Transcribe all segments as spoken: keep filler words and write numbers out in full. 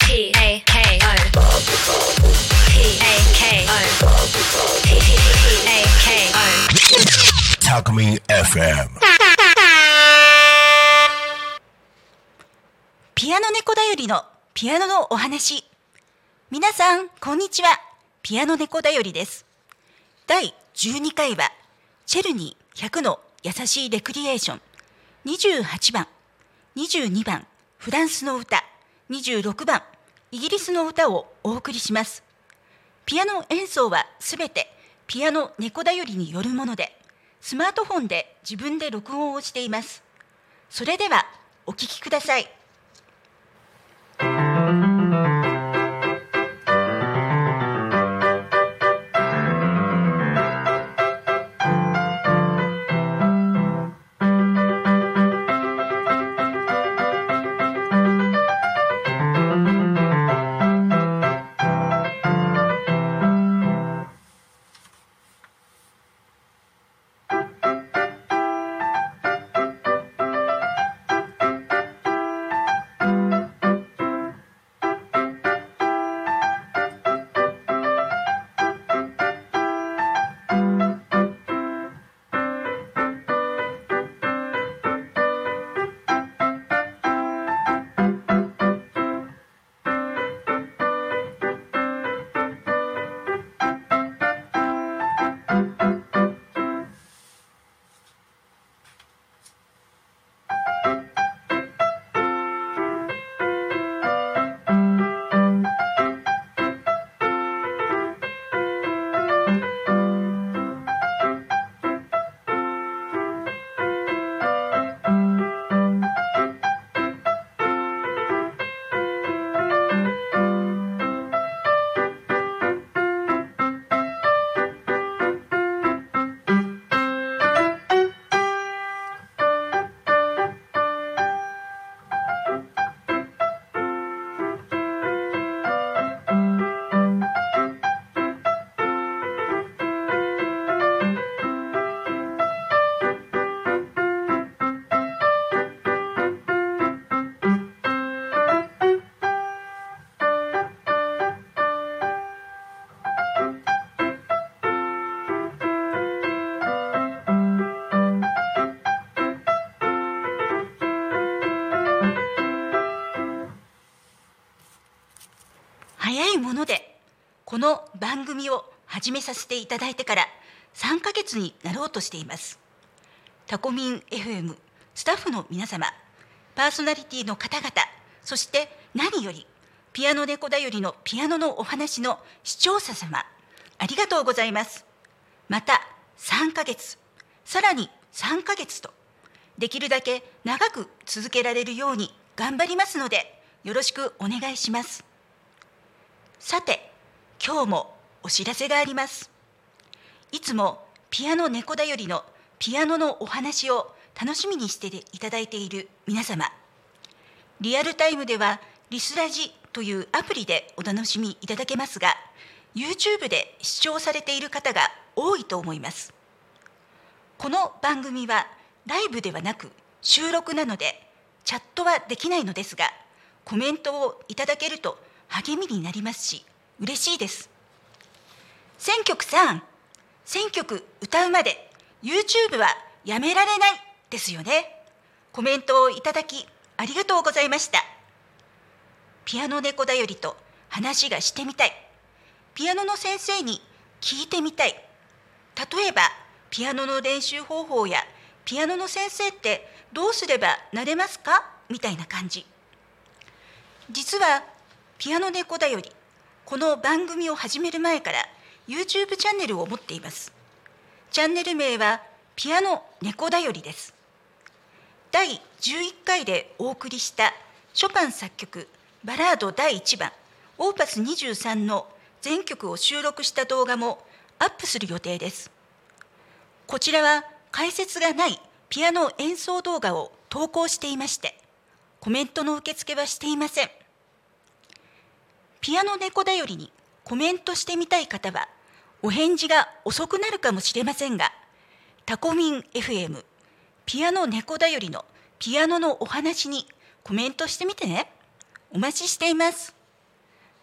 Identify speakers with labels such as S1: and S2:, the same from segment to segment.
S1: P A K O P A K O P A K O タコミン エフエム
S2: ピアノ猫だよりのピアノのお話。皆さんこんにちは。ピアノ猫だよりです。だいじゅうにかいはチェルニーひゃくの優しいレクリエーション、にじゅうはちばん、にじゅうにばんフランスの歌、にじゅうろくばんイギリスの歌をお送りします。ピアノ演奏はすべてピアノ猫だよりによるもので、スマートフォンで自分で録音をしています。それではお聴きください。早いものでこの番組を始めさせていただいてからさんかげつになろうとしています。タコミン エフエム スタッフの皆様、パーソナリティの方々、そして何よりピアノ猫だよりのピアノのお話の視聴者様、ありがとうございます。またさんかげつ、さらにさんかげつとできるだけ長く続けられるように頑張りますので、よろしくお願いします。さて、今日もお知らせがあります。いつもピアノ猫だよりのピアノのお話を楽しみにしていただいている皆様、リアルタイムではリスラジというアプリでお楽しみいただけますが、 YouTube で視聴されている方が多いと思います。この番組はライブではなく収録なのでチャットはできないのですが、コメントをいただけると励みになりますし、嬉しいです。選曲さん、選曲歌うまで YouTube はやめられないですよね。コメントをいただきありがとうございました。ピアノ猫だよりと話がしてみたい、ピアノの先生に聞いてみたい、例えばピアノの練習方法やピアノの先生ってどうすればなれますかみたいな感じ。実はピアノ猫だより、この番組を始める前から YouTube チャンネルを持っています。チャンネル名はピアノ猫だよりです。だいじゅういっかいでお送りしたショパン作曲バラードだいいちばんオーパスにじゅうさんの全曲を収録した動画もアップする予定です。こちらは解説がないピアノ演奏動画を投稿していまして、コメントの受付はしていません。ピアノ猫だよりにコメントしてみたい方はお返事が遅くなるかもしれませんが、タコミン エフエム ピアノ猫だよりのピアノのお話にコメントしてみてね。お待ちしています。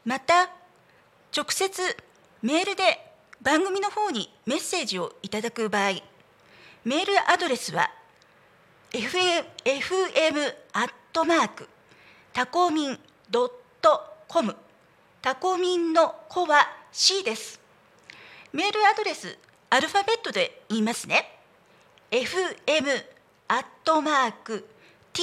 S2: また直接メールで番組の方にメッセージをいただく場合、メールアドレスは エフエム アットマークタコミン ドットコム、タコミンの子は C です。メールアドレスアルファベットで言いますね。 エフエム アットマーク タ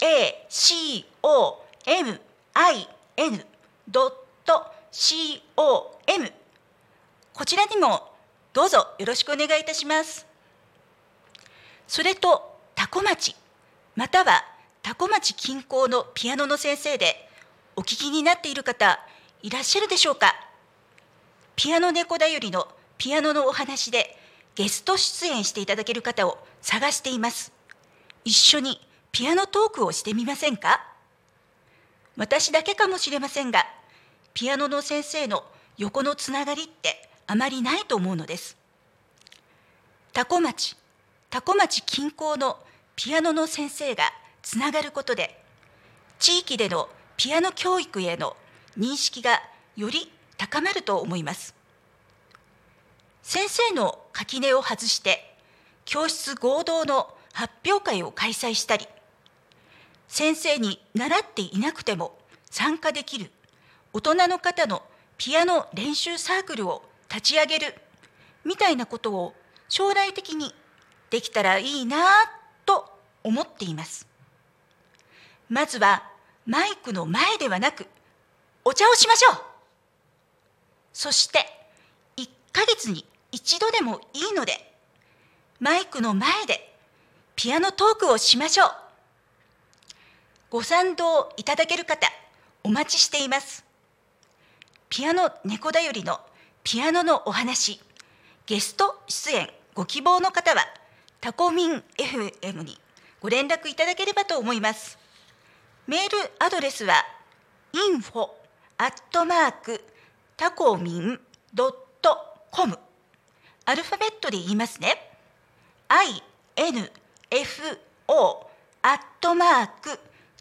S2: コミン ドットコム、こちらにもどうぞよろしくお願いいたします。それと多古町または多古町近郊のピアノの先生でお聞きになっている方いらっしゃるでしょうか。ピアノ猫だよりのピアノのお話でゲスト出演していただける方を探しています。一緒にピアノトークをしてみませんか。私だけかもしれませんが、ピアノの先生の横のつながりってあまりないと思うのです。多古町、多古町近郊のピアノの先生がつながることで、地域でのピアノ教育への認識がより高まると思います。先生の垣根を外して教室合同の発表会を開催したり、先生に習っていなくても参加できる大人の方のピアノ練習サークルを立ち上げるみたいなことを将来的にできたらいいなと思っています。まずはマイクの前ではなくお茶をしましょう。そしていっかげつに一度でもいいのでマイクの前でピアノトークをしましょう。ご賛同いただける方お待ちしています。ピアノ猫だよりのピアノのお話、ゲスト出演ご希望の方はタコミン エフエム にご連絡いただければと思います。メールアドレスは インフォ アットマーク タコミン ドットコム、 アルファベットで言いますね。 インフォ アットマーク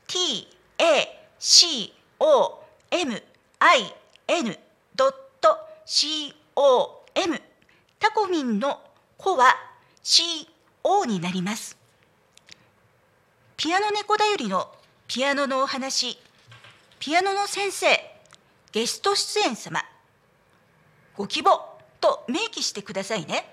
S2: タコミン ドットコム、 タコミンの子は シーオー になります。ピアノ猫だよりのピアノのお話、ピアノの先生、ゲスト出演様、ご希望と明記してくださいね。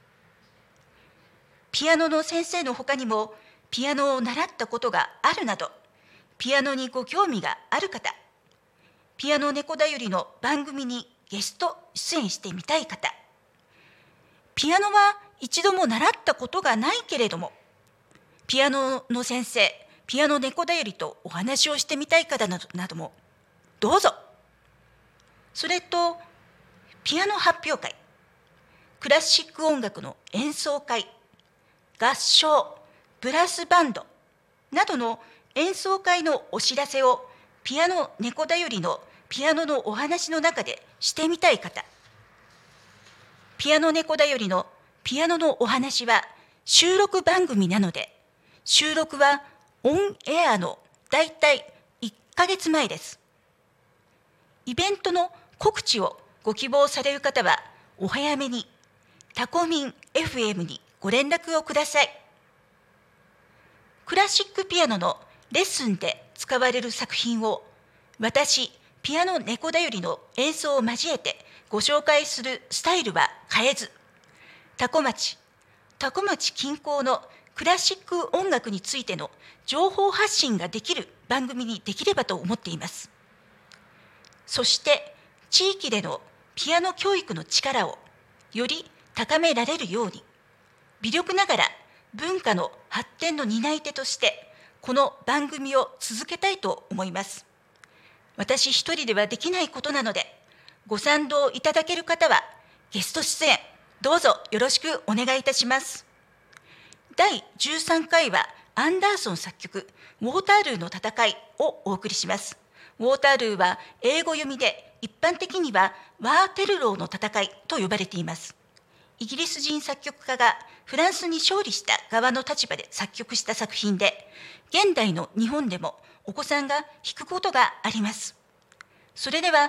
S2: ピアノの先生の他にもピアノを習ったことがあるなど、ピアノにご興味がある方、ピアノ猫だよりの番組にゲスト出演してみたい方、ピアノは一度も習ったことがないけれども、ピアノの先生、ピアノ猫だよりとお話をしてみたい方などなどもどうぞ。それとピアノ発表会、クラシック音楽の演奏会、合唱、ブラスバンドなどの演奏会のお知らせをピアノ猫だよりのピアノのお話の中でしてみたい方、ピアノ猫だよりのピアノのお話は収録番組なので、収録はオンエアのだいたいいっかげつまえです。イベントの告知をご希望される方はお早めにタコミン エフエム にご連絡をください。クラシックピアノのレッスンで使われる作品を私、ピアノ猫だよりの演奏を交えてご紹介するスタイルは変えず、多古町、多古町近郊のクラシック音楽についての情報発信ができる番組にできればと思っています。そして地域でのピアノ教育の力をより高められるように、微力ながら文化の発展の担い手としてこの番組を続けたいと思います。私一人ではできないことなので、ご賛同いただける方はゲスト出演どうぞよろしくお願いいたします。だいじゅうさんかいはアンダーソン作曲ウォータールーの戦いをお送りします。ウォータールーは英語読みで一般的にはワーテルローの戦いと呼ばれています。イギリス人作曲家がフランスに勝利した側の立場で作曲した作品で、現代の日本でもお子さんが弾くことがあります。それでは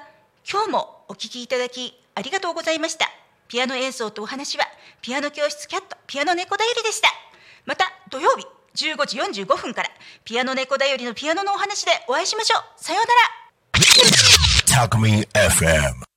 S2: 今日もお聞きいただきありがとうございました。ピアノ演奏とお話はピアノ教室キャットピアノ猫だよりでした。また土曜日じゅうごじよんじゅうごふんからピアノ猫だよりのピアノのお話でお会いしましょう。さようなら。
S1: タコミン エフエム